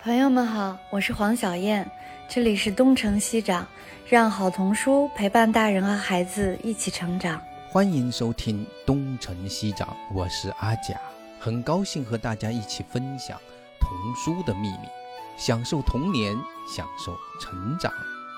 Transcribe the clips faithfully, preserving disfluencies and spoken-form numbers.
朋友们好，我是黄小燕，这里是东城西长，让好童书陪伴大人和孩子一起成长。 欢迎收听东城西长，我是阿甲，很高兴和大家一起分享童书的秘密，享受童年，享受成长。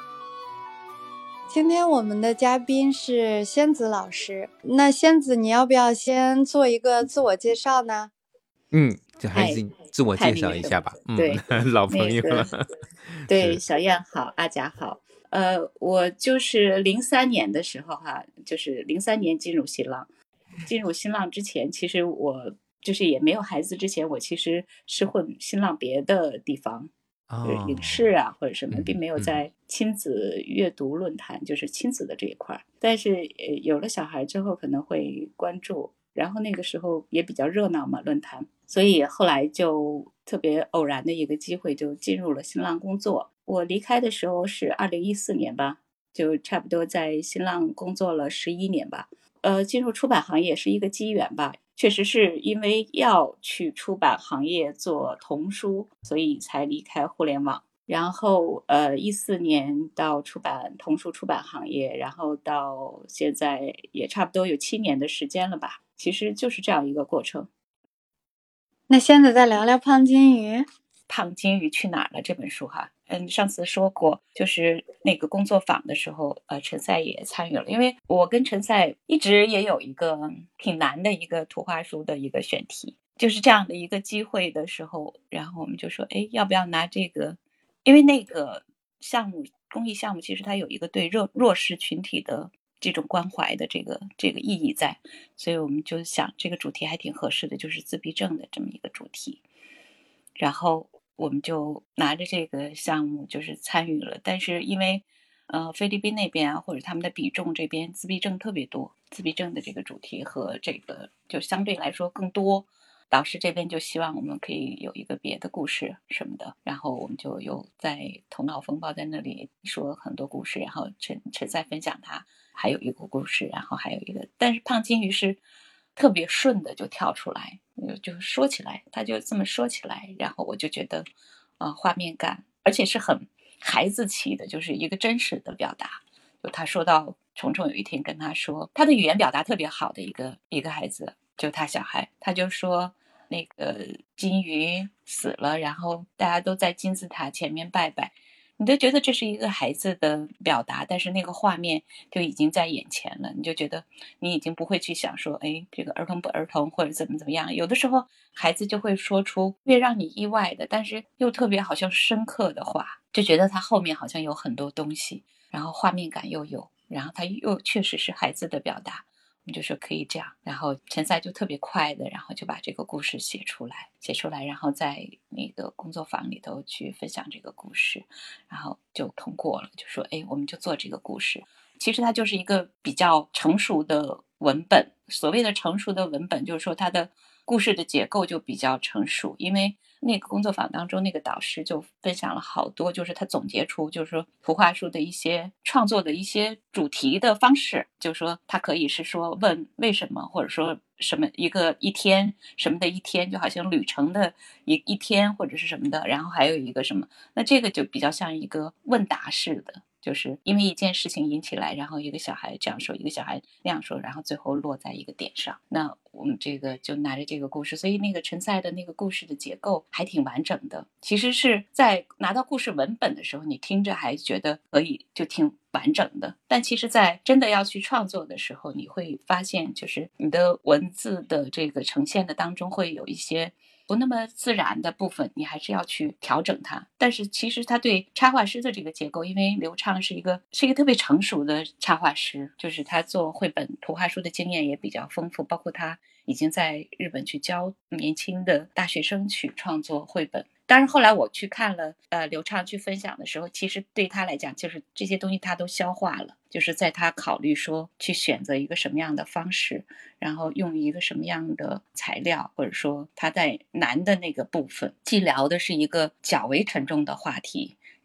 今天我们的嘉宾是仙子老师，那仙子你要不要先做一个自我介绍呢？ 嗯，这还是自我介绍一下吧。嗯， 对， 老朋友了。 那个、对，小燕好，阿甲好。呃，我就是零三年的时候哈，就是零三年进入新浪。进入新浪之前，其实我就是也没有孩子之前，我其实是混新浪别的地方， 哦、 就是影视啊或者什么， 嗯、 并没有在亲子阅读论坛，嗯、就是亲子的这一块。但是呃，有了小孩之后，可能会关注。然后那个时候也比较热闹嘛，论坛，所以后来就特别偶然的一个机会就进入了新浪工作。我离开的时候是二零一四年吧，就差不多在新浪工作了十一年吧。呃，进入出版行业是一个机缘吧，确实是因为要去出版行业做童书，所以才离开互联网。然后呃，一四年到出版童书出版行业，然后到现在也差不多有七年的时间了吧。其实就是这样一个过程。 那现在再聊聊胖金鱼。 胖金鱼去哪儿了这本书哈，嗯，上次说过，就是那个工作坊的时候，呃，陈赛也参与了，因为我跟陈赛一直也有一个挺难的一个图画书的一个选题，就是这样的一个机会的时候，然后我们就说，哎，要不要拿这个，因为那个项目公益项目其实它有一个对弱弱势群体的这种关怀的这个这个意义在，所以我们就想这个主题还挺合适的，就是自闭症的这么一个主题，然后我们就拿着这个项目就是参与了。但是因为呃菲律宾那边啊，或者他们的比重这边自闭症特别多，自闭症的这个主题和这个就相对来说更多，导师这边就希望我们可以有一个别的故事什么的，然后我们就有在头脑风暴在那里说很多故事，然后陈陈赛分享他还有一个故事，然后还有一个，但是胖金鱼是特别顺的就跳出来，就说起来，他就这么说起来，然后我就觉得，呃，画面感，而且是很孩子气的，就是一个真实的表达。就他说到虫虫有一天跟他说，他的语言表达特别好的一个一个孩子，就他小孩，他就说那个金鱼死了，然后大家都在金字塔前面拜拜。你都觉得这是一个孩子的表达，但是那个画面就已经在眼前了，你就觉得你已经不会去想说，哎，这个儿童不儿童或者怎么怎么样。有的时候孩子就会说出越让你意外的，但是又特别好像深刻的话，就觉得他后面好像有很多东西，然后画面感又有，然后他又确实是孩子的表达。我们就说可以这样，然后陈赛就特别快的，然后就把这个故事写出来，写出来，然后在那个工作坊里头去分享这个故事，然后就通过了，就说哎，我们就做这个故事。其实它就是一个比较成熟的文本，所谓的成熟的文本，就是说它的故事的结构就比较成熟，因为那个工作坊当中，那个导师就分享了好多，就是他总结出，就是说图画书的一些创作的一些主题的方式，就是说他可以是说问为什么，或者说什么一个一天什么的一天，就好像旅程的一一天或者是什么的，然后还有一个什么，那这个就比较像一个问答式的。就是因为一件事情引起来，然后一个小孩这样说，一个小孩那样说，然后最后落在一个点上。那我们这个就拿着这个故事，所以那个陈赛的那个故事的结构还挺完整的。其实是在拿到故事文本的时候，你听着还觉得可以，就挺完整的。但其实在真的要去创作的时候，你会发现就是你的文字的这个呈现的当中会有一些不那么自然的部分，你还是要去调整它。但是其实他对插画师的这个结构，因为刘畅是一个是一个特别成熟的插画师，就是他做绘本图画书的经验也比较丰富，包括他已经在日本去教年轻的大学生去创作绘本。当然后来我去看了呃刘畅去分享的时候，其实对他来讲就是这些东西他都消化了，就是在他考虑说去选择一个什么样的方式，然后用一个什么样的材料，或者说他在难的那个部分既聊的是一个较为沉重的话题，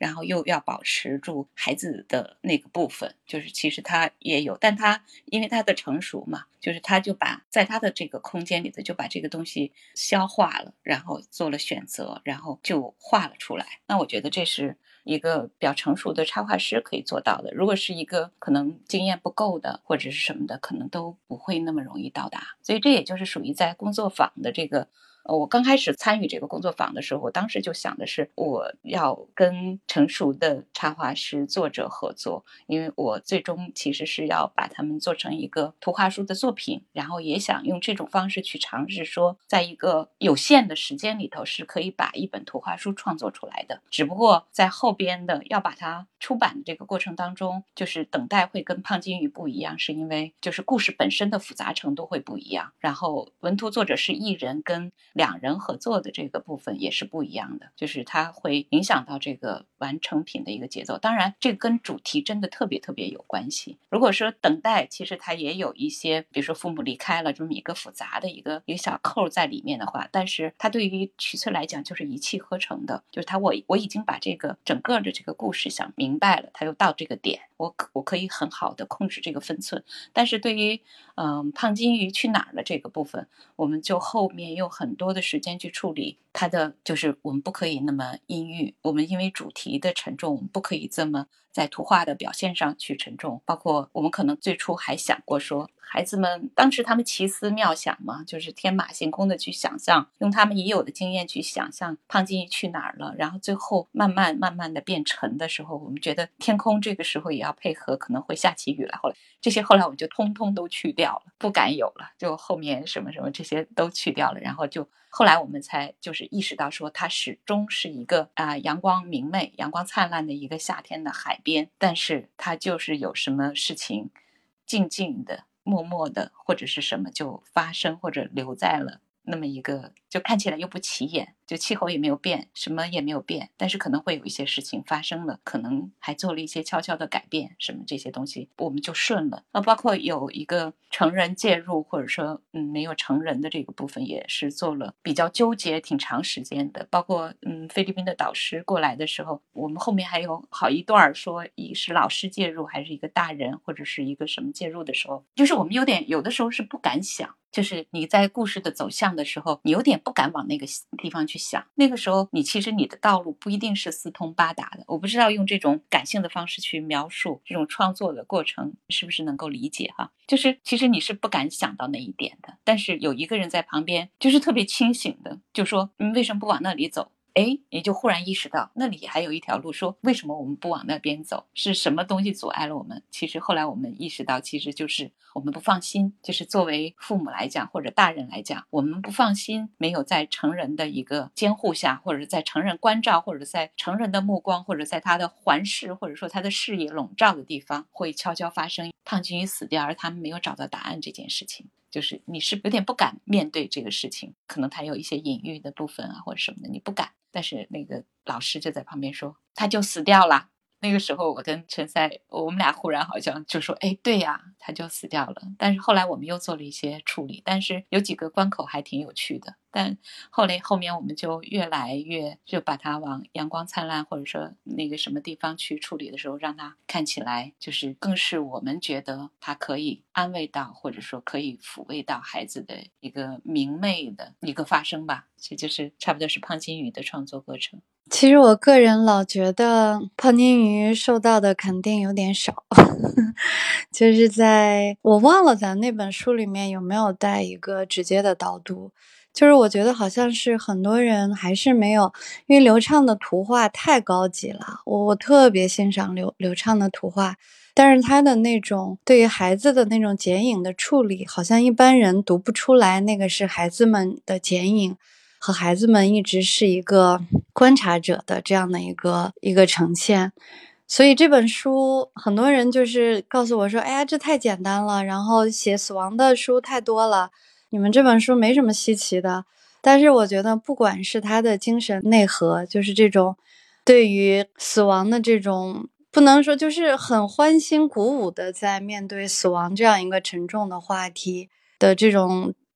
然后又要保持住孩子的那个部分，就是其实他也有，但他因为他的成熟嘛，就是他就把在他的这个空间里头就把这个东西消化了，然后做了选择，然后就画了出来。那我觉得这是一个比较成熟的插画师可以做到的，如果是一个可能经验不够的或者是什么的，可能都不会那么容易到达。所以这也就是属于在工作坊的这个呃，我刚开始参与这个工作坊的时候，我当时就想的是我要跟成熟的插画师作者合作，因为我最终其实是要把他们做成一个图画书的作品，然后也想用这种方式去尝试说在一个有限的时间里头是可以把一本图画书创作出来的，只不过在后边的要把它出版的这个过程当中，就是等待会跟胖金鱼不一样，是因为就是故事本身的复杂程度会不一样，然后文图作者是一人跟两人合作的这个部分也是不一样的，就是它会影响到这个完成品的一个节奏。当然这个跟主题真的特别特别有关系。如果说等待其实它也有一些比如说父母离开了这么一个复杂的一个一个小扣在里面的话，但是它对于徐翠来讲就是一气呵成的，就是他我我已经把这个整个的这个故事想明白了，他又到这个点，我我可以很好的控制这个分寸。但是对于嗯胖金鱼去哪儿了这个部分，我们就后面用很多的时间去处理它的，就是我们不可以那么阴郁，我们因为主题的沉重，我们不可以这么在图画的表现上去沉重。包括我们可能最初还想过说孩子们当时他们奇思妙想嘛，就是天马行空的去想象，用他们已有的经验去想象胖金鱼去哪儿了，然后最后慢慢慢慢的变沉的时候，我们觉得天空这个时候也要配合，可能会下起雨来，后来这些后来我们就通通都去掉了，不敢有了，就后面什么什么这些都去掉了，然后就后来我们才就是意识到说它始终是一个啊、呃、阳光明媚阳光灿烂的一个夏天的海边，但是它就是有什么事情静静的默默的或者是什么就发生或者留在了那么一个就看起来又不起眼，就气候也没有变，什么也没有变，但是可能会有一些事情发生了，可能还做了一些悄悄的改变，什么这些东西我们就顺了。那包括有一个成人介入或者说嗯没有成人的这个部分也是做了比较纠结挺长时间的，包括嗯菲律宾的导师过来的时候，我们后面还有好一段说一是老师介入还是一个大人或者是一个什么介入的时候，就是我们有点有的时候是不敢想，就是你在故事的走向的时候，你有点不敢往那个地方去想，那个时候你其实你的道路不一定是四通八达的。我不知道用这种感性的方式去描述这种创作的过程是不是能够理解哈？就是其实你是不敢想到那一点的，但是有一个人在旁边就是特别清醒的就说你为什么不往那里走，哎，你就忽然意识到那里还有一条路，说为什么我们不往那边走，是什么东西阻碍了我们。其实后来我们意识到其实就是我们不放心，就是作为父母来讲或者大人来讲，我们不放心没有在成人的一个监护下，或者在成人关照，或者在成人的目光，或者在他的环视或者说他的视野笼罩的地方会悄悄发生胖金鱼死掉而他们没有找到答案这件事情，就是你是有点不敢面对这个事情，可能他有一些隐喻的部分啊或者什么的你不敢，但是那个老师就在旁边说他就死掉了。那个时候我跟陈赛我们俩忽然好像就说哎，对呀，他就死掉了。但是后来我们又做了一些处理，但是有几个关口还挺有趣的，但后来后面我们就越来越就把它往阳光灿烂或者说那个什么地方去处理的时候，让它看起来就是更是我们觉得它可以安慰到或者说可以抚慰到孩子的一个明媚的一个发生吧。这就是差不多是胖金鱼的创作过程。 其实我个人老觉得胖金鱼受到的肯定有点少就是在我忘了咱那本书里面有没有带一个直接的导读，就是我觉得好像是很多人还是没有，因为流畅的图画太高级了，我我特别欣赏流流畅的图画，但是他的那种对于孩子的那种剪影的处理，好像一般人读不出来那个是孩子们的剪影，和孩子们一直是一个观察者的这样的一个一个呈现。所以这本书很多人就是告诉我说哎呀这太简单了，然后写死亡的书太多了，你们这本书没什么稀奇的。但是我觉得不管是他的精神内核，就是这种对于死亡的这种不能说就是很欢欣鼓舞的在面对死亡这样一个沉重的话题的这种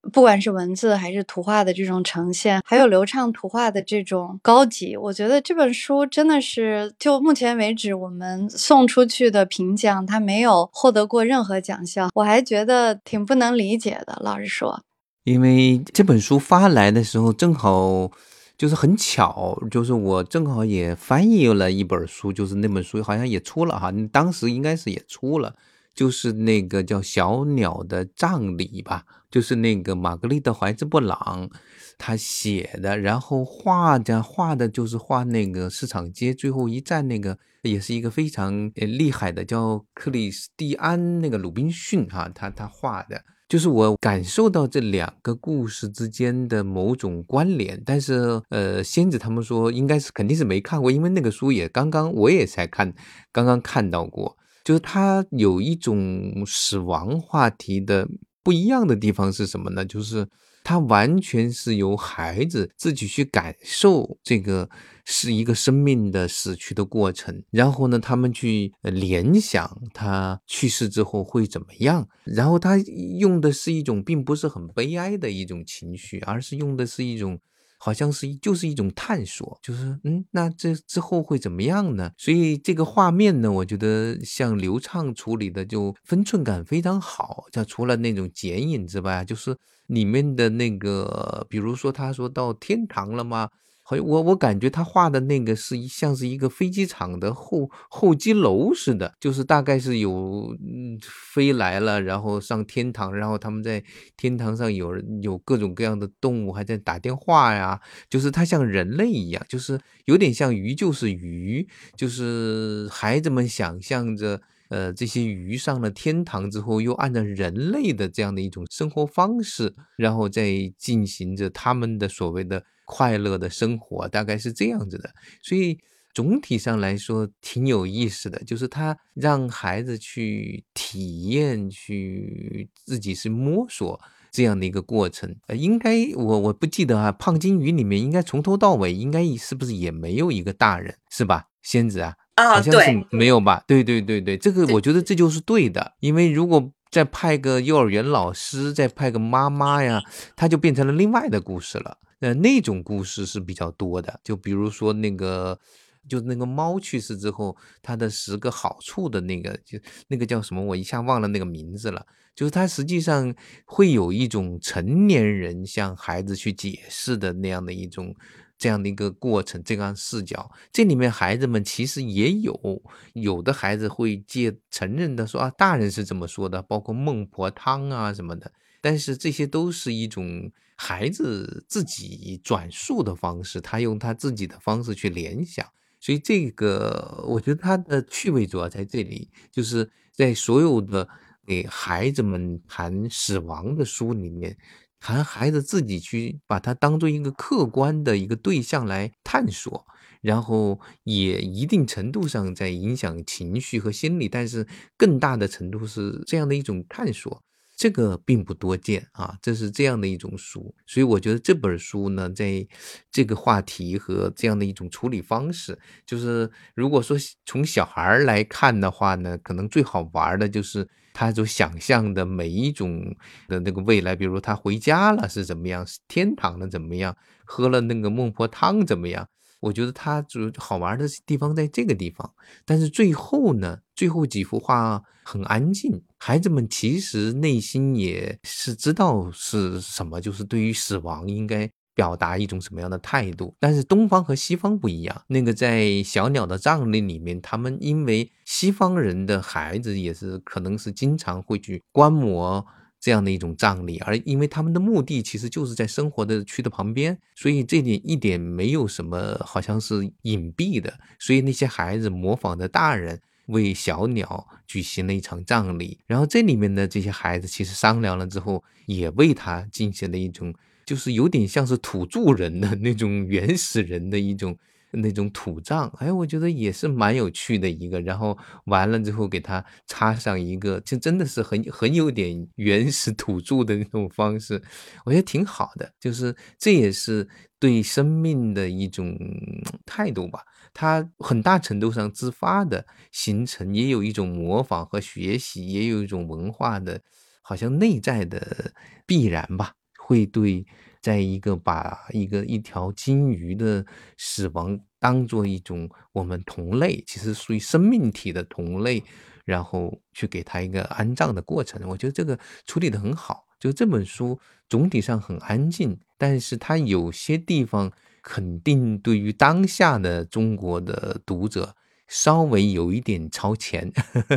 不管是文字还是图画的这种呈现，还有流畅图画的这种高级，我觉得这本书真的是就目前为止我们送出去的评奖，它没有获得过任何奖项，我还觉得挺不能理解的，老实说。 因为这本书发来的时候正好就是很巧，就是我正好也翻译了一本书，就是那本书好像也出了哈，当时应该是也出了，就是那个叫小鸟的葬礼吧，就是那个玛格丽特怀兹布朗他写的，然后画的画的就是画那个市场街最后一站那个，也是一个非常厉害的叫克里斯蒂安那个鲁滨逊哈，他他画的。就是我感受到这两个故事之间的某种关联，但是呃，仙子他们说应该是肯定是没看过，因为那个书也刚刚我也才看，刚刚看到过。就是它有一种死亡话题的不一样的地方是什么呢？就是它完全是由孩子自己去感受这个是一个生命的死去的过程，然后呢，他们去联想他去世之后会怎么样，然后他用的是一种并不是很悲哀的一种情绪，而是用的是一种好像是就是一种探索，就是嗯，那这之后会怎么样呢？所以这个画面呢，我觉得像刘畅处理的就分寸感非常好，就除了那种剪影之外，就是里面的那个，比如说他说到天堂了吗？我我感觉他画的那个是一像是一个飞机场的候候机楼似的，就是大概是有嗯飞来了，然后上天堂，然后他们在天堂上有有各种各样的动物还在打电话呀，就是它像人类一样，就是有点像鱼就是鱼，就是孩子们想象着呃，这些鱼上了天堂之后，又按照人类的这样的一种生活方式，然后再进行着他们的所谓的快乐的生活，大概是这样子的。所以总体上来说挺有意思的，就是他让孩子去体验，去自己是摸索这样的一个过程。呃，应该我我不记得啊，胖金鱼里面应该从头到尾应该是不是也没有一个大人，是吧？仙子啊。好像是没有吧？对对对对，这个我觉得这就是对的，因为如果再派个幼儿园老师，再派个妈妈呀，它就变成了另外的故事了。呃，那种故事是比较多的，就比如说那个，就那个猫去世之后，它的十个好处的那个，就那个叫什么，我一下忘了那个名字了。就是它实际上会有一种成年人向孩子去解释的那样的一种。这样的一个过程，这样视角，这里面孩子们其实也有，有的孩子会借承认的说啊，大人是这么说的，包括孟婆汤啊什么的，但是这些都是一种孩子自己转述的方式，他用他自己的方式去联想，所以这个我觉得他的趣味主要在这里，就是在所有的给孩子们谈死亡的书里面。还孩子自己去把它当做一个客观的一个对象来探索，然后也一定程度上在影响情绪和心理，但是更大的程度是这样的一种探索，这个并不多见啊，这是这样的一种书，所以我觉得这本书呢，在这个话题和这样的一种处理方式，就是如果说从小孩来看的话呢，可能最好玩的就是他所想象的每一种的那个未来，比如他回家了是怎么样，天堂了怎么样，喝了那个孟婆汤怎么样。我觉得他就好玩的地方在这个地方，但是最后呢，最后几幅画很安静，孩子们其实内心也是知道是什么，就是对于死亡应该表达一种什么样的态度。但是东方和西方不一样，那个在小鸟的葬礼里面，他们因为西方人的孩子也是可能是经常会去观摩这样的一种葬礼，而因为他们的目的其实就是在生活的区的旁边，所以这点一点没有什么好像是隐蔽的，所以那些孩子模仿着大人为小鸟举行了一场葬礼，然后这里面的这些孩子其实商量了之后，也为他进行了一种就是有点像是土著人的那种原始人的一种那种土葬，哎，我觉得也是蛮有趣的一个，然后完了之后给他插上一个，就真的是很很有点原始土著的那种方式，我觉得挺好的，就是这也是对生命的一种态度吧，它很大程度上自发的形成，也有一种模仿和学习，也有一种文化的好像内在的必然吧。 会对在一个把一个一条金鱼的死亡当做一种我们同类，其实属于生命体的同类，然后去给他一个安葬的过程。我觉得这个处理得很好，就这本书总体上很安静，但是它有些地方肯定对于当下的中国的读者稍微有一点超前。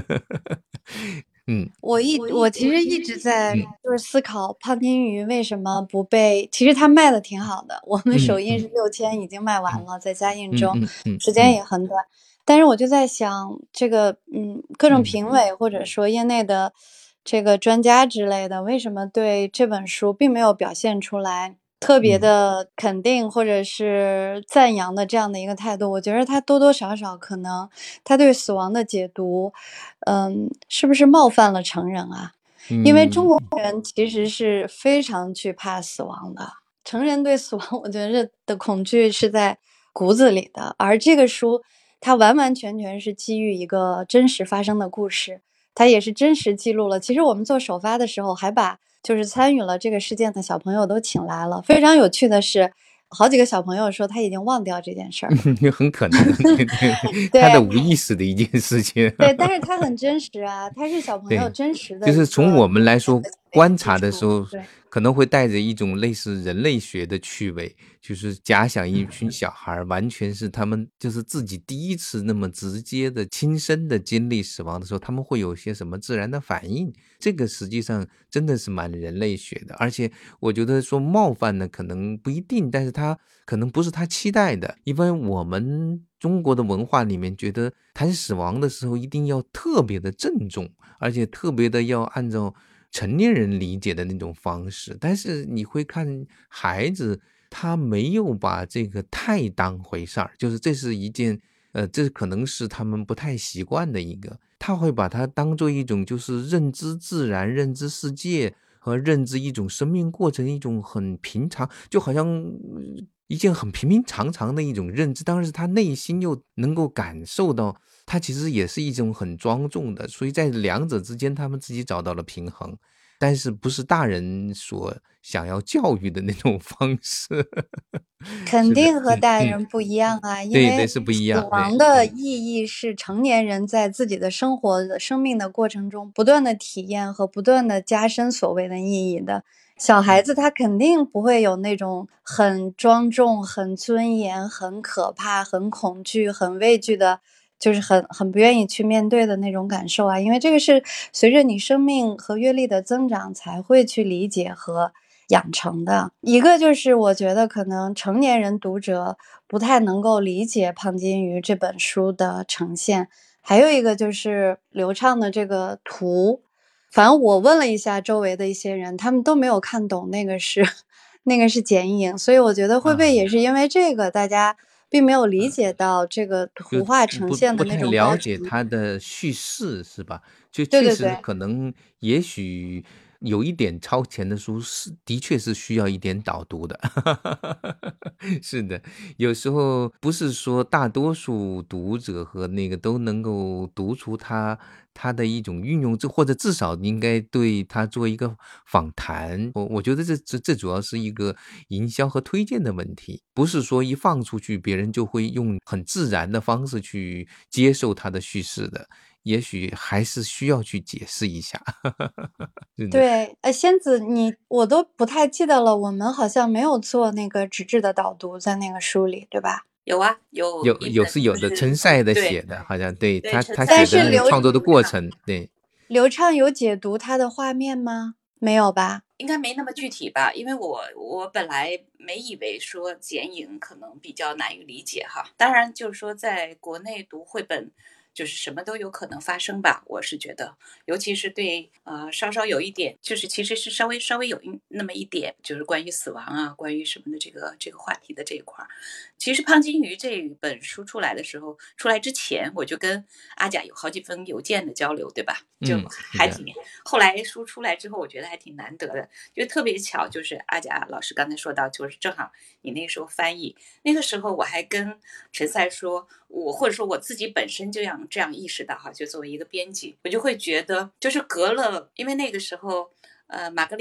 嗯， 我一我其实一直在嗯就是思考胖金鱼为什么不被，其实它卖的挺好的，我们嗯首印是嗯六千已经卖完了，在加印中， 嗯嗯嗯时间也很短。但是我就在想，这个嗯，各种嗯评委或者说业内的这个专家之类的，为什么对这本书并没有表现出来特别嗯的肯定或者是赞扬的这样的一个态度？我觉得他多多少少可能他对死亡的解读，嗯，是不是冒犯了成人啊？因为中嗯国人其实是非常惧怕死亡的，成人对死亡，我觉得的恐惧是在骨子里的。而这个书，它完完全全是基于一个真实发生的故事，它也是真实记录了。其实我们做首发的时候，还把就是参与了这个事件的小朋友都请来了。非常有趣的是，好几个小朋友说他已经忘掉这件事儿了。 嗯，很可能，对对，他的对无意识的一件事情。 对，但是它很真实啊，它是小朋友对， 真实的一就是从我个们来说观察的时候， 对。 可能会带着一种类似人类学的趣味，就是假想一群小孩完全是他们就是自己第一次那么直接的亲身的经历死亡的时候，他们会有些什么自然的反应。这个实际上真的是蛮人类学的，而且我觉得说冒犯呢可能不一定，但是他可能不是他期待的，因为我们中国的文化里面觉得谈死亡的时候一定要特别的郑重，而且特别的要按照成年人理解的那种方式，但是你会看孩子他没有把这个太当回事儿，就是这是一件呃，这可能是他们不太习惯的一个，他会把它当做一种就是认知自然、认知世界和认知一种生命过程，一种很平常，就好像一件很平平常常的一种认知，但是他内心又能够感受到它其实也是一种很庄重的，所以在两者之间他们自己找到了平衡，但是不是大人所想要教育的那种方式。是的， 肯定和嗯嗯， 大人不一样啊，因对对， 为是不一死样，对， 亡的嗯意义是成年人在自己的生活的生命的过程中不断的体验和不断的加深所谓的意义的。小孩子他肯定不会有那种很庄重、很尊严、很可怕、很恐惧、很畏惧的，就是很很不愿意去面对的那种感受啊，因为这个是随着你生命和阅历的增长才会去理解和养成的。一个就是我觉得可能成年人读者不太能够理解胖金鱼这本书的呈现，还有一个就是流畅的这个图，反正我问了一下周围的一些人，他们都没有看懂那个是那个是剪影，所以我觉得会不会也是因为这个，大家并没有理解到这个就图画不不呈现的那不太种高级。 了解它的叙事是吧？就确实对对对， 可能也许有一点超前的书是的确是需要一点导读的。是的，有时候不是说大多数读者和那个都能够读出它它的一种运用，这或者至少应该对它做一个访谈。我我觉得这这这主要是一个营销和推荐的问题，不是说一放出去别人就会用很自然的方式去接受它的叙事的，也许还是需要去解释一下。是的。 对，呃，仙子你我都不太记得了，我们好像没有做那个纸质的导读在那个书里，对吧？ 有啊，有有一有是有的， 本就是陈赛的对写的，好像对对他他写陈赛的的那个但是刘创作的过流畅程，对， 刘畅有解读他的画面吗？没有吧？ 应该没那么具体吧，因为我我本来没以为说剪影可能比较难于理解哈，当然就是说在国内读绘本就是什么都有可能发生吧，我是觉得，尤其是对呃稍稍有一点，就是其实是稍微稍微有一那么一点，就是关于死亡啊，关于什么的这个这个话题的这一块。其实胖金鱼这本书出来的时候，出来之前我就跟阿甲有好几封邮件的交流，对吧？就嗯， 还挺，后来书出来之后，我觉得还挺难得的，就特别巧，就是阿甲老师刚才说到，就是正好你那时候翻译，那个时候我还跟陈赛说，我或者说我自己本身这样这样意识到哈，就作为一个编辑，我就会觉得就是隔了，因为那个时候呃，玛格丽特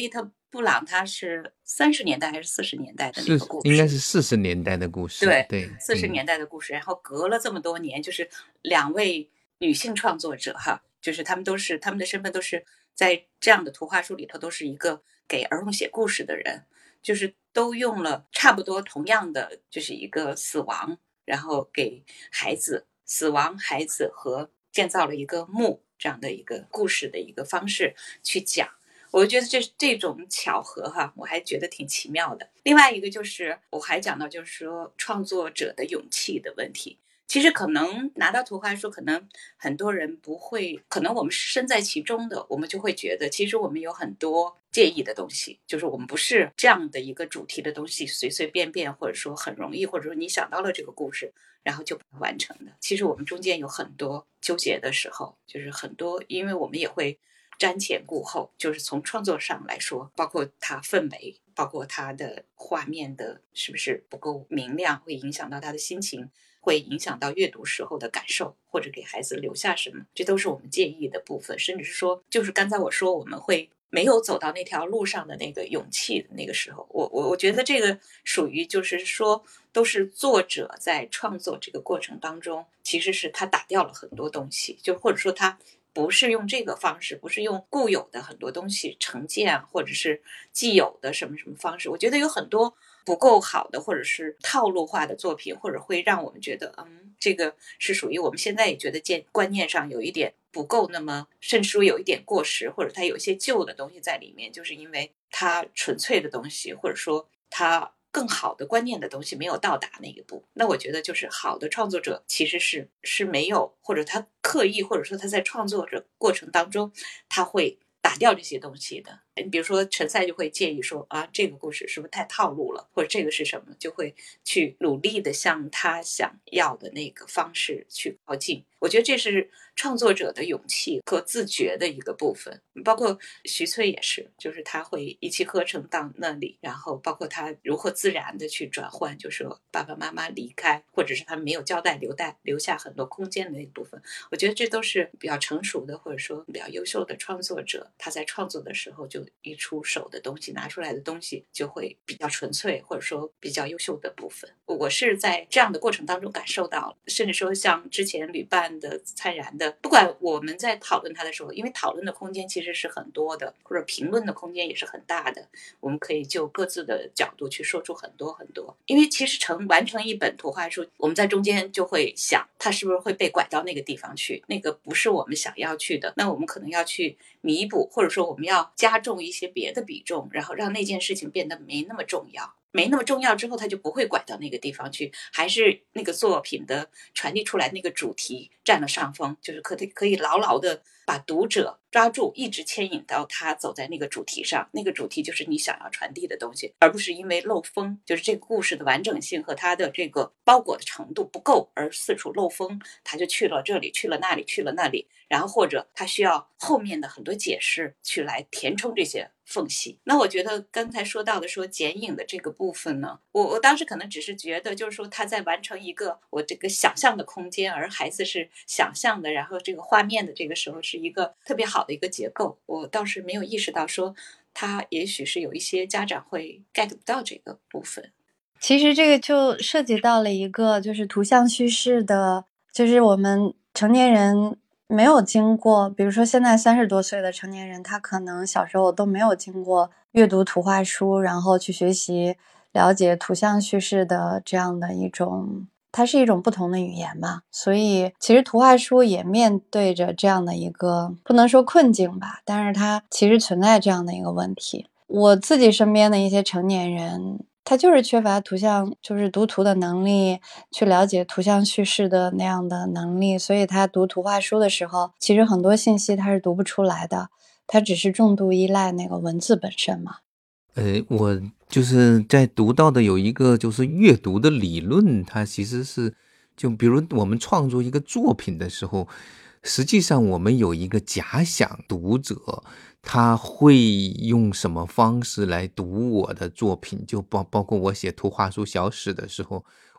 布朗他是三十年代还是四十年代的那个故事？ 应该是四十年代的故事。 对对， 四十年代的故事、嗯、然后隔了这么多年，就是两位女性创作者哈，就是他们都是他们的身份都是在这样的图画书里头都是一个给儿童写故事的人，就是都用了差不多同样的就是一个死亡，然后给孩子死亡孩子和建造了一个墓这样的一个故事的一个方式去讲。我觉得这这种巧合哈，我还觉得挺奇妙的。另外一个就是我还讲到就是说创作者的勇气的问题。其实可能拿到图画书，可能很多人不会，可能我们是身在其中的，我们就会觉得其实我们有很多介意的东西，就是我们不是这样的一个主题的东西随随便便或者说很容易，或者说你想到了这个故事然后就把它完成的。其实我们中间有很多纠结的时候，就是很多因为我们也会瞻前顾后，就是从创作上来说，包括它氛围，包括它的画面的是不是不够明亮，会影响到他的心情，会影响到阅读时候的感受，或者给孩子留下什么，这都是我们介意的部分。甚至是说就是刚才我说我们会没有走到那条路上的那个勇气的那个时候，我我我觉得这个属于就是说都是作者在创作这个过程当中，其实是他打掉了很多东西，就或者说他不是用这个方式，不是用固有的很多东西成见，或者是既有的什么什么方式。我觉得有很多不够好的或者是套路化的作品，或者会让我们觉得嗯，这个是属于我们现在也觉得见观念上有一点不够那么，甚至说有一点过时，或者它有一些旧的东西在里面，就是因为它纯粹的东西，或者说它更好的观念的东西没有到达那一步。那我觉得就是好的创作者其实是是没有，或者他刻意，或者说他在创作的过程当中他会打掉这些东西的。你比如说陈赛就会介意说啊，这个故事是不是太套路了，或者这个是什么，就会去努力的向他想要的那个方式去靠近。我觉得这是创作者的勇气和自觉的一个部分。包括徐翠也是，就是他会一气呵成到那里，然后包括他如何自然的去转换，就是说爸爸妈妈离开，或者是他没有交代留带留下很多空间的那一部分。我觉得这都是比较成熟的，或者说比较优秀的创作者，他在创作的时候就一出手的东西，拿出来的东西就会比较纯粹，或者说比较优秀的部分。我是在这样的过程当中感受到了，甚至说像之前旅伴的灿然的，不管我们在讨论它的时候，因为讨论的空间其实是很多的，或者评论的空间也是很大的，我们可以就各自的角度去说出很多很多。因为其实成完成一本图画书，我们在中间就会想它是不是会被拐到那个地方去，那个不是我们想要去的，那我们可能要去弥补，或者说我们要加重一些别的比重，然后让那件事情变得没那么重要。没那么重要之后，它就不会拐到那个地方去，还是那个作品的传递出来那个主题占了上风，就是可以可以牢牢的把读者抓住，一直牵引到他走在那个主题上，那个主题就是你想要传递的东西，而不是因为漏风，就是这个故事的完整性和它的这个包裹的程度不够而四处漏风，他就去了这里去了那里去了那里，然后或者他需要后面的很多解释去来填充这些缝隙。那我觉得刚才说到的说剪影的这个部分呢，我我当时可能只是觉得就是说他在完成一个我这个想象的空间，而孩子是想象的，然后这个画面的这个时候是一个特别好的一个结构，我倒是没有意识到说他也许是有一些家长会 get 不到这个部分。 其实这个就涉及到了一个就是图像叙事的，就是我们成年人没有经过，比如说现在三十多岁的成年人，他可能小时候都没有经过阅读图画书，然后去学习了解图像叙事的这样的一种，它是一种不同的语言嘛，所以其实图画书也面对着这样的一个不能说困境吧，但是它其实存在这样的一个问题。我自己身边的一些成年人，他就是缺乏图像，就是读图的能力，去了解图像叙事的那样的能力，所以他读图画书的时候，其实很多信息他是读不出来的，他只是重度依赖那个文字本身嘛。 呃，我就是在读到的有一个就是阅读的理论，它其实是就比如我们创作一个作品的时候，实际上我们有一个假想读者，他会用什么方式来读我的作品，就包包括我写图画书小史的时候，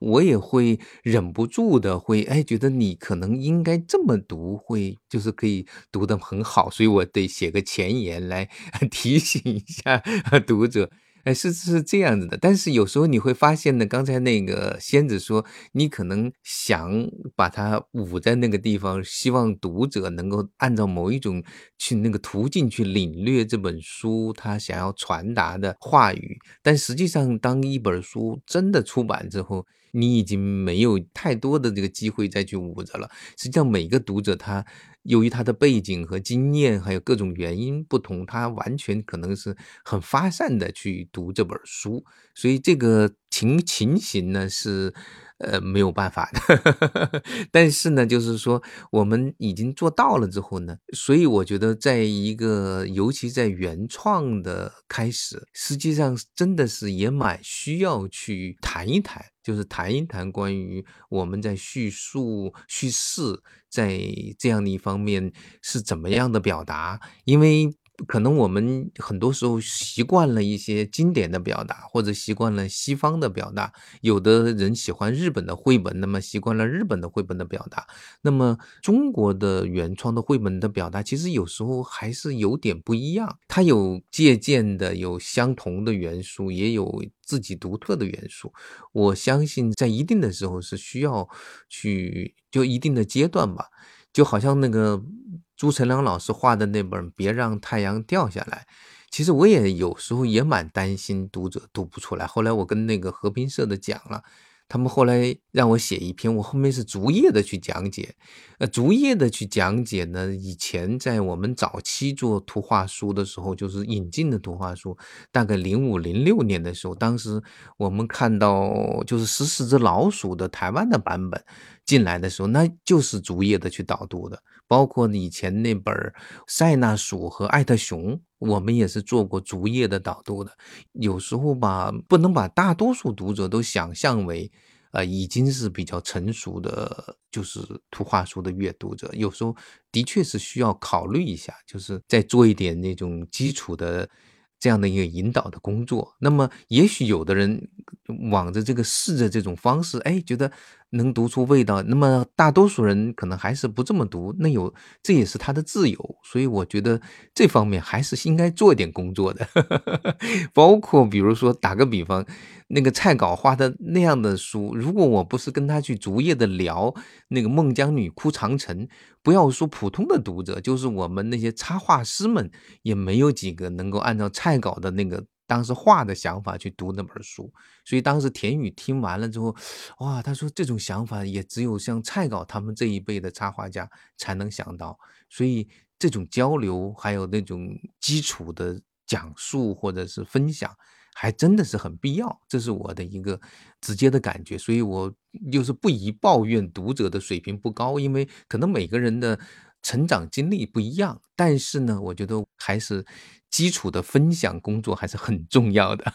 我也会忍不住的会哎觉得你可能应该这么读，会就是可以读得很好，所以我得写个前言来提醒一下读者。哎，是是这样子的，但是有时候你会发现呢，刚才那个仙子说，你可能想把它捂在那个地方，希望读者能够按照某一种去那个途径去领略这本书他想要传达的话语，但实际上当一本书真的出版之后，你已经没有太多的这个机会再去捂着了。实际上每个读者他由于他的背景和经验，还有各种原因不同，他完全可能是很发散的去读这本书，所以这个情情形呢是呃没有办法的。但是呢，就是说我们已经做到了之后呢，所以我觉得在一个尤其在原创的开始，实际上真的是也蛮需要去谈一谈，就是谈一谈关于我们在叙述叙事在这样的一方面是怎么样的表达，因为可能我们很多时候习惯了一些经典的表达，或者习惯了西方的表达，有的人喜欢日本的绘本，那么习惯了日本的绘本的表达，那么中国的原创的绘本的表达其实有时候还是有点不一样，它有借鉴的，有相同的元素，也有自己独特的元素。我相信在一定的时候是需要去就一定的阶段吧，就好像那个朱成良老师画的那本《别让太阳掉下来》，其实我也有时候也蛮担心读者读不出来，后来我跟那个和平社的讲了，他们后来让我写一篇，我后面是逐页的去讲解。呃，逐页的去讲解呢，以前在我们早期做图画书的时候，就是引进的图画书，大概零五零六年的时候，当时我们看到就是十四只老鼠的台湾的版本进来的时候，那就是逐页的去导读的，包括以前那本塞纳鼠和艾特熊，我们也是做过逐页的导读的。有时候吧，不能把大多数读者都想象为呃，已经是比较成熟的，就是图画书的阅读者，有时候的确是需要考虑一下，就是再做一点那种基础的这样的一个引导的工作。那么也许有的人往着这个试着这种方式，哎，觉得能读出味道，那么大多数人可能还是不这么读，那有这也是他的自由，所以我觉得这方面还是应该做一点工作的。包括比如说打个比方，那个蔡稿画的那样的书，如果我不是跟他去逐页的聊那个孟姜女哭长城，不要说普通的读者，就是我们那些插画师们也没有几个能够按照蔡稿的那个当时画的想法去读那本书。所以当时田宇听完了之后，哇，他说这种想法也只有像蔡稿他们这一辈的插画家才能想到，所以这种交流还有那种基础的讲述或者是分享还真的是很必要，这是我的一个直接的感觉，所以我就是不宜抱怨读者的水平不高，因为可能每个人的成长经历不一样，但是呢，我觉得还是基础的分享工作还是很重要的。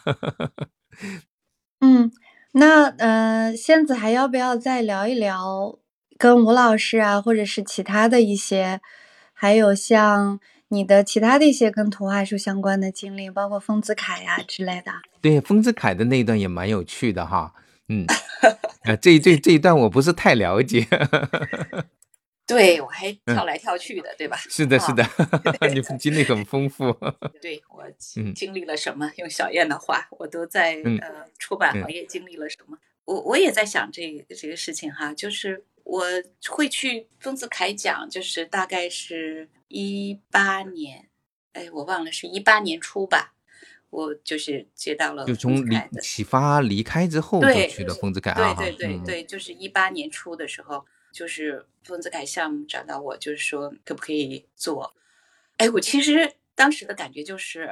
嗯，那呃，仙子还要不要再聊一聊跟吴老师啊，或者是其他的一些，还有像你的其他的一些跟图画书相关的经历，包括丰子恺呀之类的？ 对，丰子恺的那一段也蛮有趣的哈，嗯，呃，这这这一段我不是太了解。 对，我还嗯， 跳来跳去的，对吧？ 是的，是啊， 的，你经历很丰富。 对，我嗯经历了什么？用小燕的话，我都在嗯呃出版嗯行业经历了什么？我我也在想这个这个事情哈，就是我会去丰子恺讲，就是大概是一八年，哎，我忘了是一八年初吧，我就是接到了就丰子从离恺的， 启发离开之后就对去了丰子恺啊哈， 对对对嗯对，就是一八年初的时候，就是丰子恺项目找到我，就是说可不可以做。哎，我其实当时的感觉就是，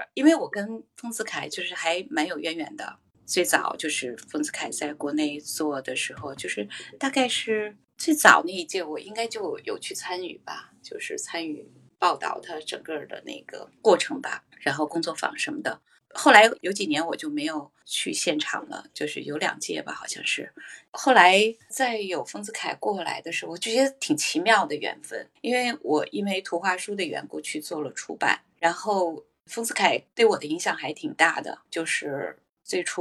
因为我跟丰子恺就是还蛮有渊源的。最早就是丰子恺在国内做的时候，就是大概是最早那一届，我应该就有去参与吧，就是参与报道它整个的那个过程吧，然后工作坊什么的。后来有几年我就没有去现场了，就是有两届吧，好像是。后来再有丰子恺过来的时候，我就觉得挺奇妙的缘分，因为我因为图画书的缘故去做了出版，然后丰子恺对我的影响还挺大的，就是最初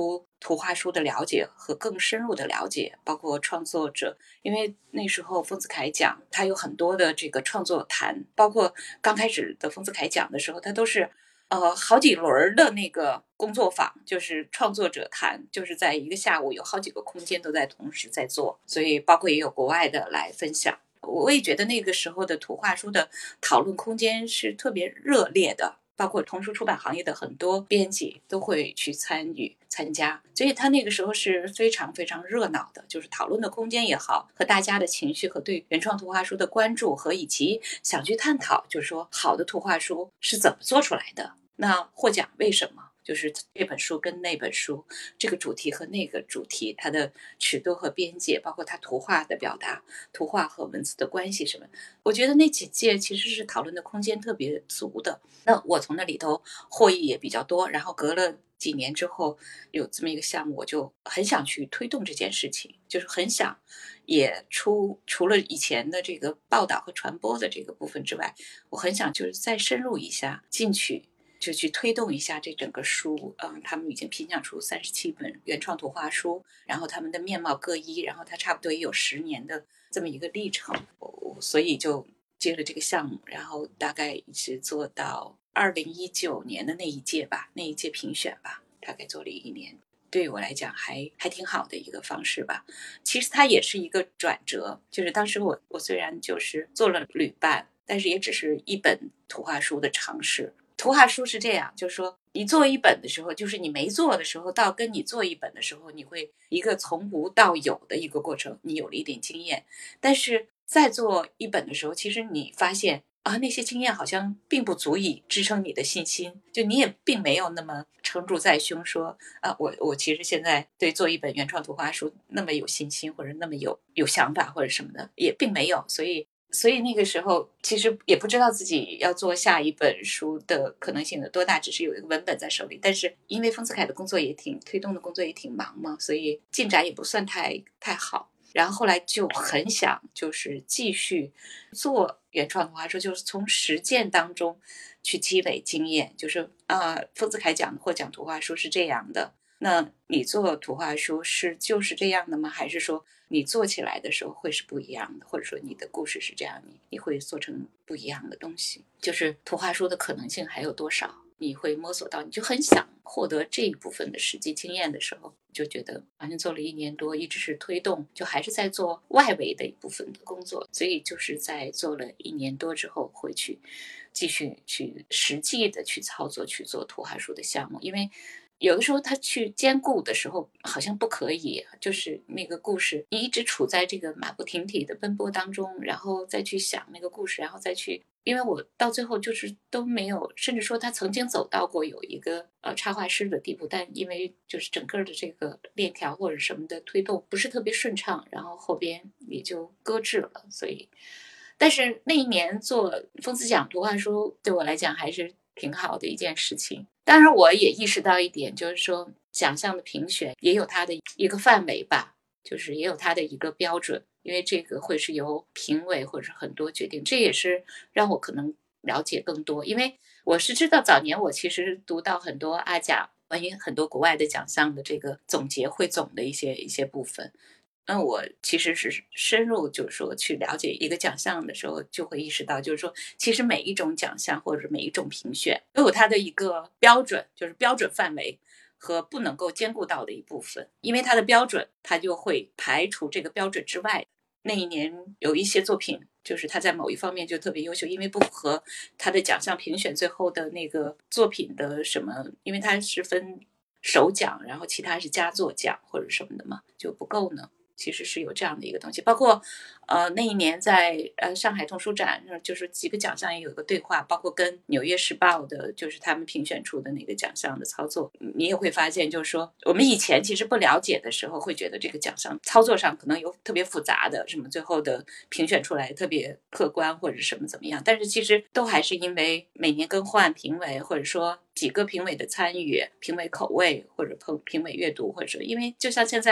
图画书的了解和更深入的了解，包括创作者，因为那时候丰子恺奖他有很多的这个创作坛，包括刚开始的丰子恺奖的时候，他都是呃好几轮的那个工作坊，就是创作者谈，就是在一个下午有好几个空间都在同时在做，所以包括也有国外的来分享。我也觉得那个时候的图画书的讨论空间是特别热烈的，包括童书出版行业的很多编辑都会去参与参加，所以他那个时候是非常非常热闹的，就是讨论的空间也好，和大家的情绪和对原创图画书的关注，和以及想去探讨，就是说好的图画书是怎么做出来的，那获奖为什么，就是这本书跟那本书，这个主题和那个主题，它的尺度和边界，包括它图画的表达，图画和文字的关系什么，我觉得那几届其实是讨论的空间特别足的。那我从那里头获益也比较多，然后隔了几年之后有这么一个项目，我就很想去推动这件事情，就是很想也出除了以前的这个报道和传播的这个部分之外，我很想就是再深入一下进去，就去推动一下这整个书。嗯，他们已经评奖出三十七本原创图画书，然后他们的面貌各异，然后它差不多也有十年的这么一个历程，所以就接了这个项目，然后大概一直做到二零一九年的那一届吧，那一届评选吧，大概做了一年。对我来讲还还挺好的一个方式吧。其实它也是一个转折，就是当时我我虽然就是做了旅伴，但是也只是一本图画书的尝试。图画书是这样，就是说你做一本的时候，就是你没做的时候到跟你做一本的时候，你会一个从无到有的一个过程，你有了一点经验。但是再做一本的时候，其实你发现啊，那些经验好像并不足以支撑你的信心，就你也并没有那么撑住在胸说啊，我我其实现在对做一本原创图画书那么有信心，或者那么有有想法或者什么的，也并没有。所以所以那个时候其实也不知道自己要做下一本书的可能性有多大，只是有一个文本在手里。但是因为丰子恺的工作也挺推动的工作也挺忙嘛，所以进展也不算太太好。然后后来就很想就是继续做原创图画书，就是从实践当中去积累经验，就是啊，丰子恺讲获奖图画书是这样的，那你做图画书是就是这样的吗？还是说你做起来的时候会是不一样的，或者说你的故事是这样，你你会做成不一样的东西，就是图画书的可能性还有多少，你会摸索到，你就很想获得这一部分的实际经验的时候，就觉得好像做了一年多，一直是推动，就还是在做外围的一部分的工作，所以就是在做了一年多之后，回去继续去实际的去操作，去做图画书的项目。因为有的时候他去兼顾的时候好像不可以，就是那个故事你一直处在这个马不停蹄的奔波当中，然后再去想那个故事，然后再去，因为我到最后就是都没有，甚至说他曾经走到过有一个呃插画师的地步，但因为就是整个的这个链条或者什么的推动不是特别顺畅，然后后边也就搁置了。所以但是那一年做丰子奖图画书对我来讲还是挺好的一件事情。当然我也意识到一点，就是说奖项的评选也有它的一个范围吧，就是也有它的一个标准，因为这个会是由评委或者很多决定，这也是让我可能了解更多。因为我是知道早年我其实读到很多阿甲关于很多国外的奖项的这个总结汇总的一些一些部分，那我其实是深入就是说去了解一个奖项的时候，就会意识到就是说其实每一种奖项或者每一种评选都有它的一个标准，就是标准范围和不能够兼顾到的一部分，因为它的标准它就会排除这个标准之外。那一年有一些作品就是他在某一方面就特别优秀，因为不符合他的奖项评选最后的那个作品的什么，因为他是分首奖然后其他是佳作奖或者什么的嘛，就不够呢。其实是有这样的一个东西，包括呃那一年在呃上海童书展，就是几个奖项也有一个对话，包括跟纽约时报的就是他们评选出的那个奖项的操作，你也会发现就是说我们以前其实不了解的时候会觉得这个奖项操作上可能有特别复杂的什么最后的评选出来特别客观或者什么怎么样，但是其实都还是因为每年更换评委，或者说几个评委的参与，评委口味或者评委阅读，或者说因为就像现在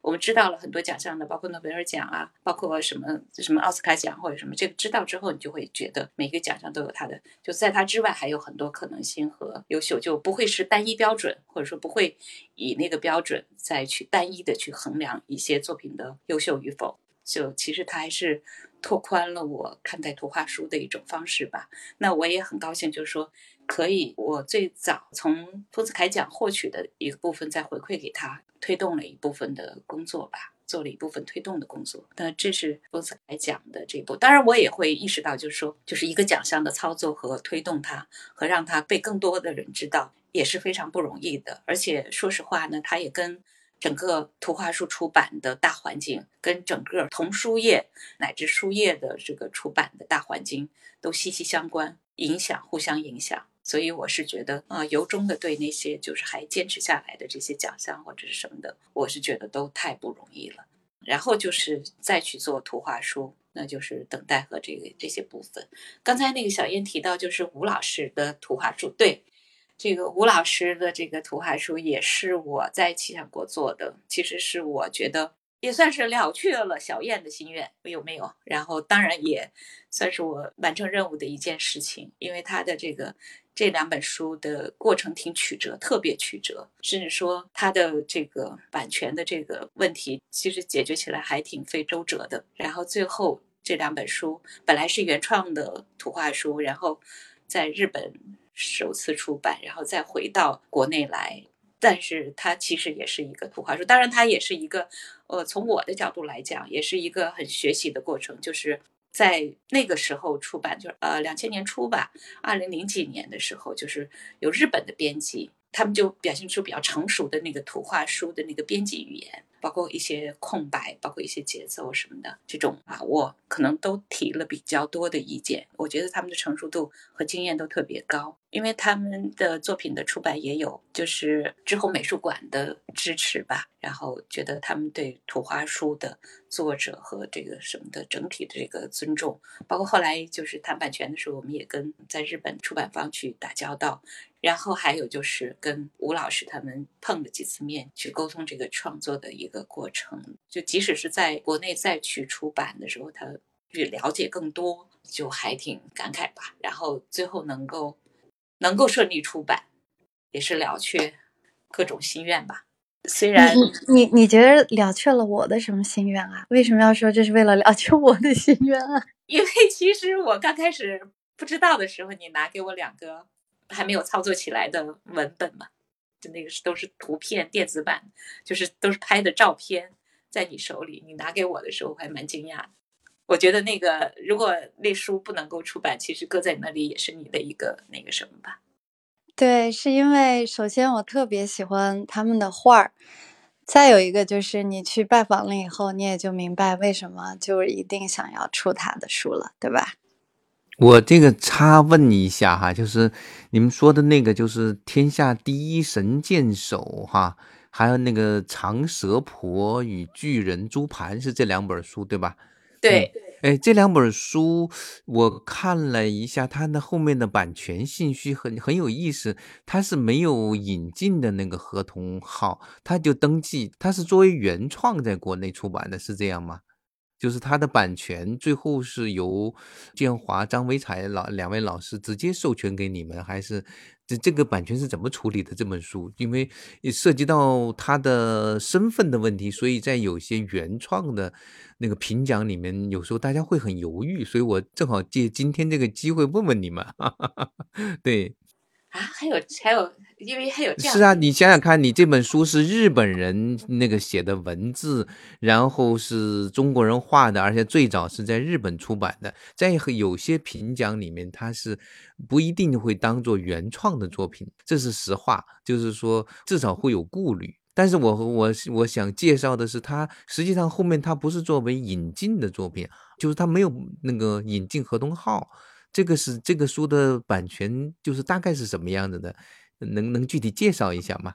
我们知道了很多奖项的，包括诺贝尔奖啊，包括什么什么奥斯卡奖或者什么，这个知道之后，你就会觉得每个奖项都有它的，就在它之外还有很多可能性和优秀，就不会是单一标准，或者说不会以那个标准再去单一的去衡量一些作品的优秀与否。就其实它还是拓宽了我看待图画书的一种方式吧。那我也很高兴，就是说可以我最早从丰子恺奖获取的一个部分再回馈给他，推动了一部分的工作吧，做了一部分推动的工作。那这是丰子恺奖的这一步。当然我也会意识到，就是说就是一个奖项的操作和推动它和让它被更多的人知道也是非常不容易的。而且说实话呢，它也跟整个图画书出版的大环境，跟整个童书业乃至书业的这个出版的大环境都息息相关，影响互相影响。所以我是觉得啊、呃，由衷的对那些就是还坚持下来的这些奖项或者是什么的，我是觉得都太不容易了。然后就是再去做图画书，那就是等待和这个这些部分。刚才那个小燕提到就是吴老师的图画书，对，这个吴老师的这个图画书也是我在气象国做的，其实是我觉得也算是了却了小燕的心愿，有没有？然后当然也算是我完成任务的一件事情，因为他的这个这两本书的过程挺曲折，特别曲折，甚至说他的这个版权的这个问题其实解决起来还挺费周折的。然后最后这两本书本来是原创的图画书，然后在日本首次出版，然后再回到国内来，但是它其实也是一个图画书。当然它也是一个呃，从我的角度来讲也是一个很学习的过程，就是在那个时候出版，就是呃两千年初吧，二零零几年的时候，就是有日本的编辑，他们就表现出比较成熟的那个图画书的那个编辑语言，包括一些空白，包括一些节奏什么的，这种把握可能都提了比较多的意见。我觉得他们的成熟度和经验都特别高，因为他们的作品的出版也有就是之后美术馆的支持吧，然后觉得他们对图画书的作者和这个什么的整体的这个尊重，包括后来就是谈版权的时候，我们也跟在日本出版方去打交道，然后还有就是跟吴老师他们碰了几次面，去沟通这个创作的一个过程。就即使是在国内再去出版的时候，他去了解更多，就还挺感慨吧。然后最后能够能够顺利出版，也是了却各种心愿吧。虽然你你你觉得了却了我的什么心愿啊？为什么要说这是为了了却我的心愿啊？ 因为其实我刚开始不知道的时候，你拿给我两个还没有操作起来的文本嘛，就那个是都是图片电子版，就是都是拍的照片在你手里，你拿给我的时候我还蛮惊讶的。我觉得那个如果那书不能够出版，其实搁在那里也是你的一个那个什么吧。 对，是因为首先我特别喜欢他们的画儿，再有一个就是你去拜访了以后，你也就明白为什么就一定想要出他的书了，对吧？ 我这个插问一下哈，就是你们说的那个就是天下第一神箭手哈，还有那个长舌婆与巨人猪盘是这两本书对吧？ 对， 哎，这两本书我看了一下，它的后面的版权信息很很有意思，它是没有引进的那个合同号，它就登记，它是作为原创在国内出版的，是这样吗？就是它的版权最后是由建华、张维才老两位老师直接授权给你们，还是这这个版权是怎么处理的？这本书因为涉及到他的身份的问题，所以在有些原创的那个评奖里面，有时候大家会很犹豫，所以我正好借今天这个机会问问你们。对。 啊，还有还有，因为还有这样是啊，你想想看，你这本书是日本人那个写的文字，然后是中国人画的，而且最早是在日本出版的，在有些评奖里面，它是不一定会当做原创的作品，这是实话，就是说至少会有顾虑。但是我我我想介绍的是，它实际上后面它不是作为引进的作品，就是它没有那个引进合同号。这个是这个书的版权，就是大概是什么样子的？能能具体介绍一下吗？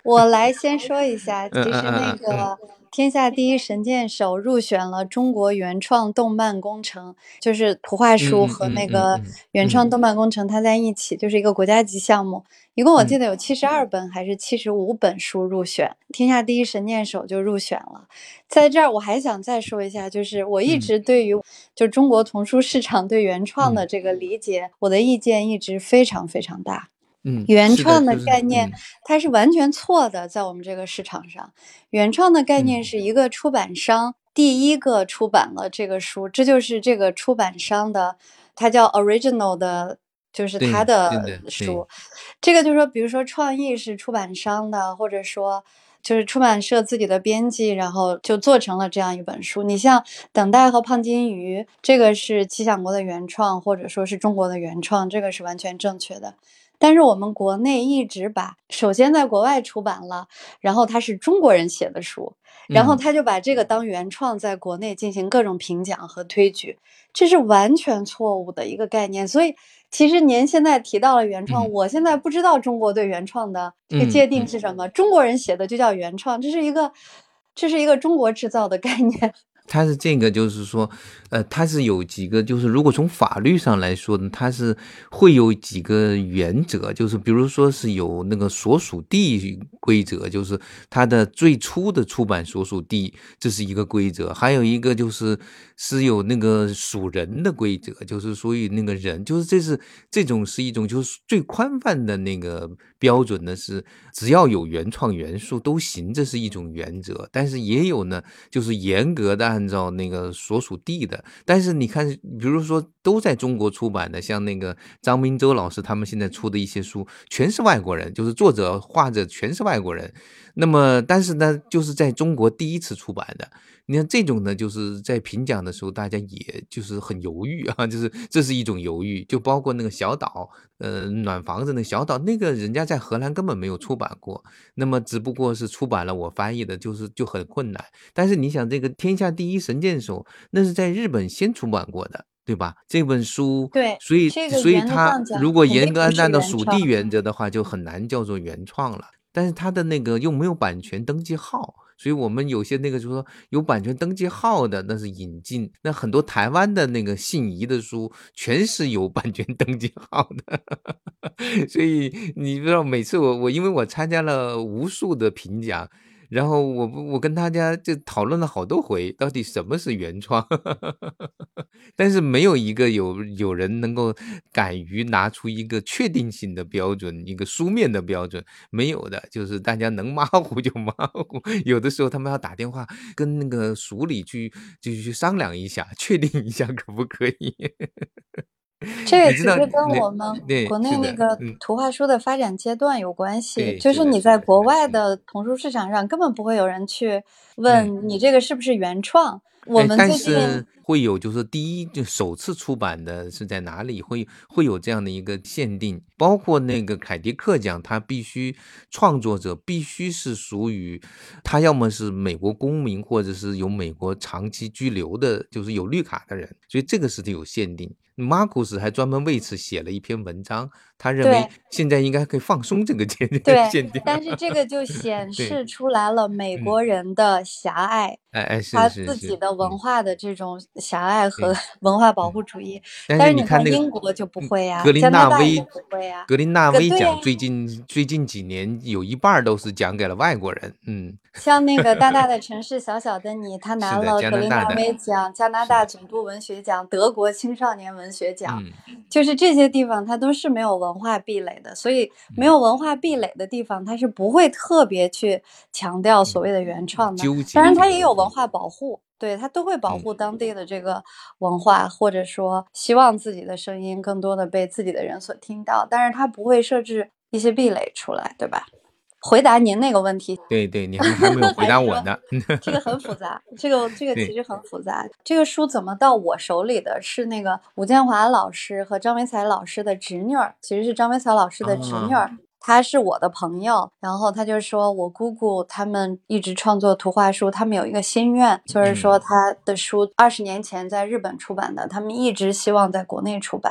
我来先说一下， 嗯其实那嗯嗯嗯个天下第一神箭手入选了中国原创动漫工程，就是图画书嗯嗯和那个嗯嗯原创嗯动漫工程，它在一起就是一个国家级项目。一共我记嗯得有七十二本还是七十五本书入选，天下第一神箭手就入选了。在这儿我还想再说一下，就是我一嗯直对于就中国童书市场对原创的嗯这个理解，我的意见一直非常非常大。 嗯， 原是的， 创的就是概念嗯它是完全错的，在我们这个市场上，原创的概念嗯是一个出版商第一个出版了这个书，这就是这个出版商的，它叫 original 的，就是它对对的的对书。这个就是说，比如说创意是出版商的，或者说就是出版社自己的编辑，然后就做成了这样一本书。你像《等待》和《胖金鱼》，这个是七想国的原创，或者说是中国的原创，这个是完全正确的。但是我们国内一直把，首先在国外出版了，然后它是中国人写的书，然后嗯他就把这个当原创，在国内进行各种评奖和推举，这是完全错误的一个概念。所以其实您现在提到了原创， 嗯我现在不知道中国对原创的这个嗯界定嗯。 是什么，中国人写的就叫原创，这是一个这是一个中国制造的概念。 它是这个，就是说，呃，它是有几个，就是如果从法律上来说呢，它是会有几个原则，就是比如说是有那个所属地规则，就是它的最初的出版所属地，这是一个规则，还有一个就是是有那个属人的规则，就是属于那个人，就是这是这种是一种就是最宽泛的那个标准呢，是只要有原创元素都行，这是一种原则，但是也有呢，就是严格的按照那个所属地的，但是你看，比如说都在中国出版的，像那个张明洲老师他们现在出的一些书，全是外国人，就是作者画者全是外国人，那么但是呢，就是在中国第一次出版的。你看这种呢，就是在评奖的时候，大家也就是很犹豫啊，就是这是一种犹豫，就包括那个小岛，呃，暖房子那小岛，那个人家在荷兰根本没有出版过，那么只不过是出版了我翻译的，就是就很困难。但是你想，这个天下第一神箭手，那是在日本先出版过的。对吧？这本书， 对， 所以这个所以它原则上讲如果肯定不是严格按照原创。 属地原则的话，就很难叫做原创了。但是它的那个又没有版权登记号，所以我们有些那个就说有版权登记号的，那是引进。那很多台湾的那个信宜的书，全是有版权登记号的。所以你知道，每次我我因为我参加了无数的评奖。然后我我跟大家就讨论了好多回，到底什么是原创？但是没有一个有有人能够敢于拿出一个确定性的标准，一个书面的标准，没有的，就是大家能马虎就马虎。有的时候他们要打电话跟那个署里去，就去商量一下，确定一下可不可以。 这个你知道， 其实跟那我们对国内是的， 那个嗯， 图画书的发展阶段有关系， 对， 就是是的， 你在国是的是的，嗯外的童书市场上根本不会有人去嗯。 问你这个是不是原创。我哎，但们最近是会有，就是第一就首次出版的是在哪里，会会有这样的一个限定，包括那个凯迪克奖，他必须创作者必须是属于他要么是美国公民，或者是有美国长期居留的，就是有绿卡的人，所以这个是有限定。马库斯还专门为此写了一篇文章，他认为对现在应该可以放松这个限对， 限定。 但是这个就显对， 示出来了美嗯， 国人的狭隘， 哎哎，是他是是， 自己的文嗯， 化的这种狭隘和对， 文化保嗯。 护主义。 但是但是你看你看那个， 英国就不嗯， 会呀， 格林加拿纳威， 大也不会呀， 格林纳可对呀。 威奖最近最近几年有一半都是奖给了外国人，嗯， 像那个大大的城市小小的你，他拿是的，加了格林纳拿大的， 威奖、加拿是的， 大总督文学奖、德国青少年文学奖， 嗯就是这些地方它都是没有文化壁垒的，所以没嗯有文化壁垒的地方，它是不会特别去强调所嗯， 谓的原创的。 纠当然，它结这个问题， 也有文化保护，对，它都会保嗯。 护当地的这个文化，或者说希望自己的声音更多的被自己的人所听到，但是它不会设置一些壁垒出来，对吧？回答您那个问题， 对对，你还还没有回还说答我呢。 这个很复杂，这个这个其对， 实很复杂。这个书怎么到我手里的？是那个吴建华老师和张维才老师的侄女儿，其实是张维才老师的侄女啊， 儿。她是我的朋友，然后她就说我姑姑他们一直创作图画书，他们有一个心愿，就是说嗯他的书二十年前在日本出版的，他们一直希望在国内出版。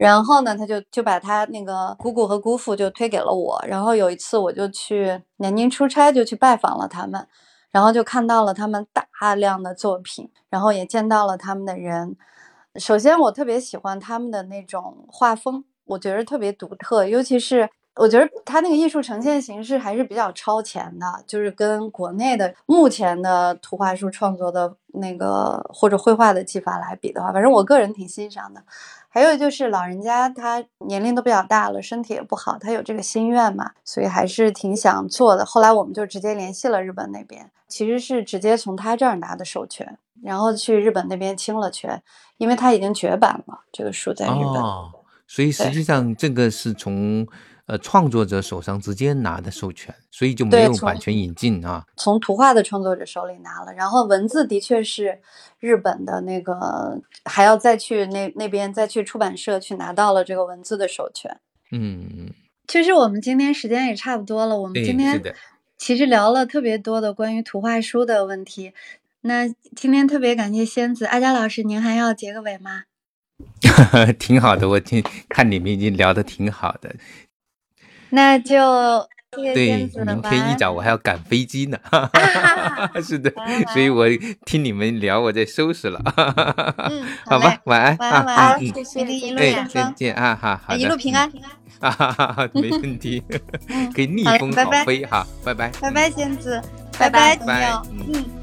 然后呢，他就就把他那个姑姑和姑父就推给了我。然后有一次我就去南京出差，就去拜访了他们，然后就看到了他们大量的作品，然后也见到了他们的人。首先我特别喜欢他们的那种画风，我觉得特别独特，尤其是我觉得他那个艺术呈现形式还是比较超前的，就是跟国内的目前的图画书创作的那个或者绘画的技法来比的话，反正我个人挺欣赏的。还有就是老人家他年龄都比较大了，身体也不好，他有这个心愿嘛，所以还是挺想做的。后来我们就直接联系了日本那边，其实是直接从他这儿拿的授权，然后去日本那边清了权，因为他已经绝版了，这个书在日本。 哦，所以实际上这个是从呃创作者手上直接拿的授权，所以就没有版权引进啊。 从图画的创作者手里拿了，然后文字的确是日本的那个，还要再去那那边再去出版社去拿到了这个文字的授权。 嗯， 其实我们今天时间也差不多了，我们今天其实聊了特别多的关于图画书的问题。那今天特别感谢仙子，阿佳老师，您还要结个尾吗？ 挺好的，我听看你们已经聊得挺好的。 那就谢谢对， 仙子， 明天一早我还要赶飞机呢。 啊、 是的，所以我听你们聊，我在收拾了。 嗯， 好吧，晚安， 晚安，晚安， 嗯、 谢谢，一路顺风，再见啊，哈，好的， 一路平安。 哈哈哈，没问题，可以逆风好飞哈，拜拜， 拜拜，仙子，拜拜，朋友，嗯。